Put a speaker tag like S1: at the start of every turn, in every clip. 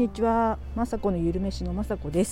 S1: にちは。まさこのゆるめしのまさこです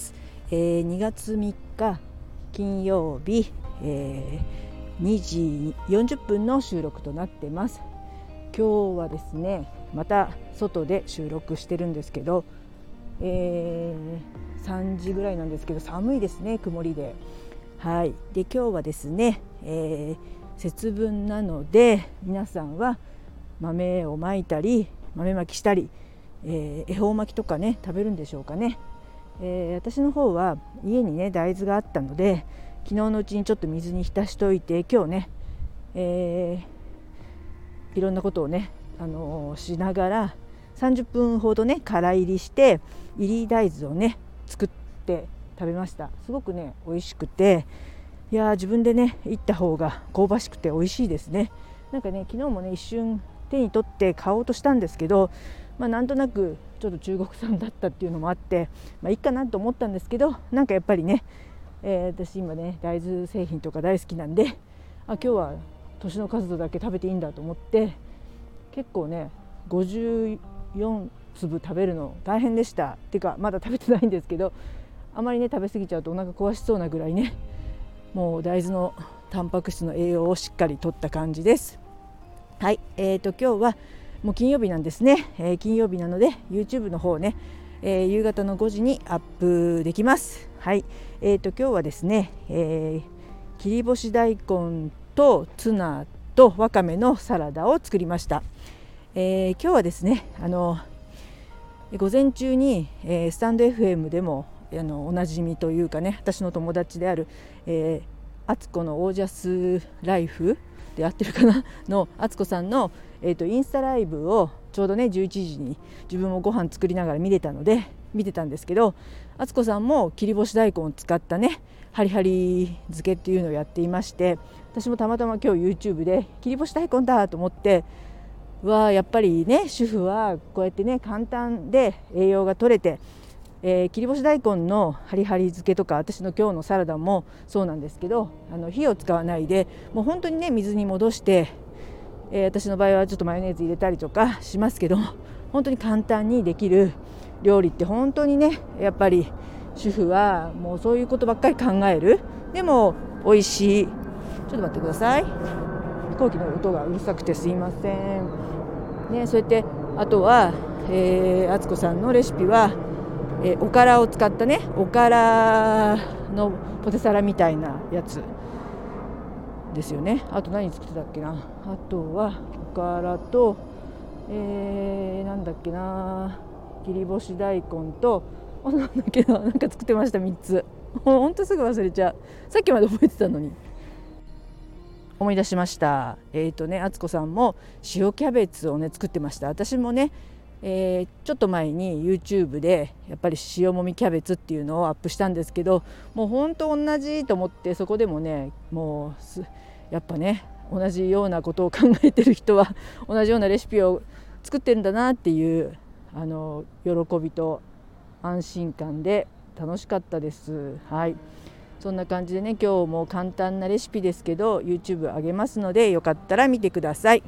S1: 。2月3日金曜日、2時40分の収録となってます。今日はですね、また外で収録してるんですけど、3時ぐらいなんですけど寒いですね、曇りで。はい。で今日はですね、節分なので皆さんは豆をまいたり豆まきしたり、恵方巻きとかね食べるんでしょうかね。私の方は家にね大豆があったので昨日のうちにちょっと水に浸しといて今日ね、いろんなことをね、しながら30分ほどね空炒りして炒り大豆をね作って食べました。すごくね美味しくて、いや自分でね炒った方が香ばしくて美味しいですね。なんかね昨日もね一瞬手に取って買おうとしたんですけど、なんとなくちょっと中国産だったっていうのもあって、いいかなと思ったんですけど、なんかやっぱりね、私今ね大豆製品とか大好きなんで、今日は年の数だけ食べていいんだと思って結構ね54粒食べるの大変でした。っていうかまだ食べてないんですけど、あまりね食べ過ぎちゃうとお腹壊しそうなぐらいね、もう大豆のタンパク質の栄養をしっかりとった感じです。はい、今日はもう金曜日なんですね。金曜日なので YouTube の方ね、夕方の5時にアップできます。はい、今日はですね、切り干し大根とツナとわかめのサラダを作りました。今日はですね午前中に、スタンド FM でもおなじみというかね、私の友達である、あつこのオージャスライフでやってるかなのあつこさんの、インスタライブをちょうどね11時に自分もご飯作りながら見てたんですけど、あつこさんも切り干し大根を使ったねハリハリ漬けっていうのをやっていまして、私もたまたま今日 YouTube で切り干し大根だと思って、やっぱりね主婦はこうやってね簡単で栄養が取れて、切り干し大根のハリハリ漬けとか私の今日のサラダもそうなんですけど、火を使わないでもう本当にね水に戻して、私の場合はちょっとマヨネーズ入れたりとかしますけど、本当に簡単にできる料理って本当にねやっぱり主婦はもうそういうことばっかり考える。でも美味しい。ちょっと待ってください。飛行機の音がうるさくてすいませんね。そうやってあとは、あつこさんのレシピはおからを使ったねおからのポテサラみたいなやつですよね。あと何作ってたっけな。あとはおからと、なんだっけな、切り干し大根となんだっけな、なんか作ってました。3つほんとすぐ忘れちゃう。さっきまで覚えてたのに。思い出しました。あつこさんも塩キャベツをね作ってました。私もねちょっと前に YouTube でやっぱり塩もみキャベツっていうのをアップしたんですけど、もうほんと同じと思って、そこでもねもうやっぱね同じようなことを考えてる人は同じようなレシピを作ってるんだなっていう喜びと安心感で楽しかったです。はい、そんな感じでね今日も簡単なレシピですけど YouTube 上げますのでよかったら見てください。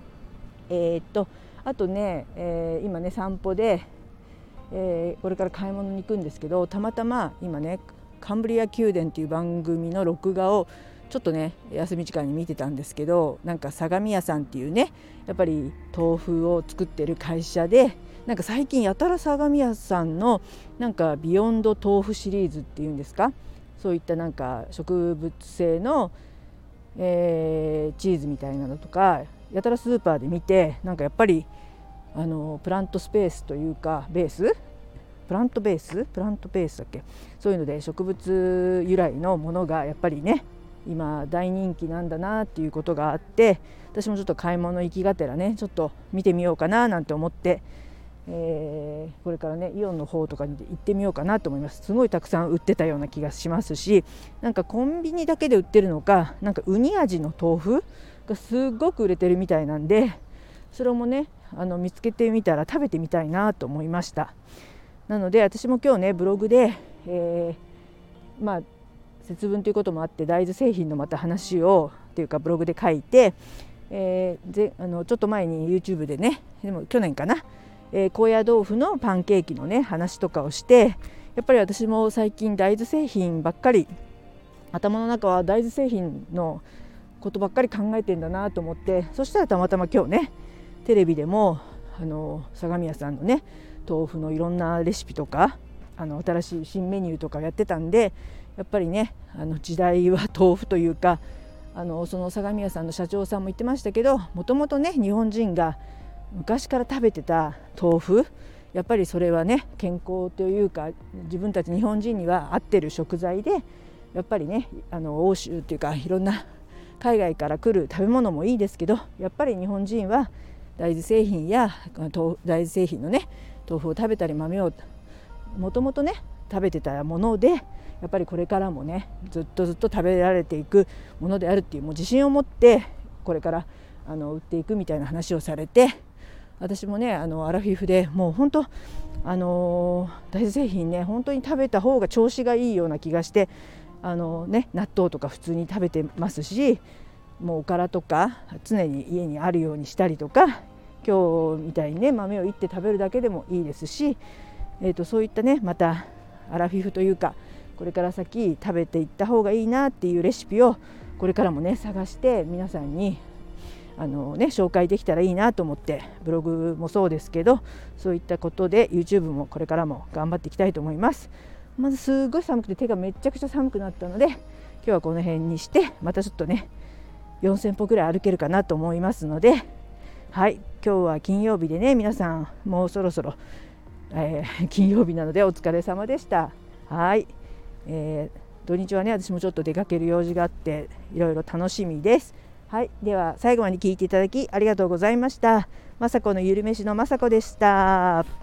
S1: あとね、今ね散歩で、これから買い物に行くんですけど、たまたま今ねカンブリア宮殿っていう番組の録画をちょっとね休み時間に見てたんですけど、なんか相模屋さんっていうねやっぱり豆腐を作ってる会社で、なんか最近やたら相模屋さんのなんかビヨンド豆腐シリーズっていうんですか、そういったなんか植物性の、チーズみたいなのとかやたらスーパーで見て、なんかやっぱりプラントスペースというかプラントベースだっけ、そういうので植物由来のものがやっぱりね今大人気なんだなっていうことがあって、私もちょっと買い物行きがてらねちょっと見てみようかななんて思って、これからねイオンの方とかに行ってみようかなと思います。すごいたくさん売ってたような気がしますし、なんかコンビニだけで売ってるのか、なんかウニ味の豆腐がすごく売れてるみたいなんで、それもね見つけてみたら食べてみたいなと思いました。なので私も今日ねブログで、節分ということもあって大豆製品のまた話をっていうかブログで書いて、ちょっと前に YouTube でね、でも去年かな高野豆腐のパンケーキのね話とかをして、やっぱり私も最近大豆製品ばっかり、頭の中は大豆製品のことばっかり考えてんだなと思って、そしたらたまたま今日ねテレビでも相模屋さんのね豆腐のいろんなレシピとか新しい新メニューとかやってたんで、やっぱりね時代は豆腐というか、その相模屋さんの社長さんも言ってましたけど、もともとね日本人が昔から食べてた豆腐、やっぱりそれはね健康というか自分たち日本人には合ってる食材で、やっぱりね欧州っていうかいろんな海外から来る食べ物もいいですけど、やっぱり日本人は大豆製品や大豆製品のね豆腐を食べたり豆をもともとね食べてたもので、やっぱりこれからもねずっと食べられていくものであるっていう、もう自信を持ってこれから売っていくみたいな話をされて、私もねアラフィフでもう本当大豆製品ね本当に食べた方が調子がいいような気がして、納豆とか普通に食べてますし、もうおからとか常に家にあるようにしたりとか、今日みたいにね豆をいって食べるだけでもいいですし、そういったねまたアラフィフというかこれから先食べていった方がいいなっていうレシピをこれからもね探して皆さんに紹介できたらいいなと思って、ブログもそうですけどそういったことで YouTube もこれからも頑張っていきたいと思います。まずすごい寒くて手がめちゃくちゃ寒くなったので、今日はこの辺にして、またちょっとね4000歩ぐらい歩けるかなと思いますので、はい、今日は金曜日でね皆さんもうそろそろ、金曜日なのでお疲れ様でした。はい、土日はね私もちょっと出かける用事があっていろいろ楽しみです。はい、では最後まで聞いていただきありがとうございました。まさこのゆるめしのまさこでした。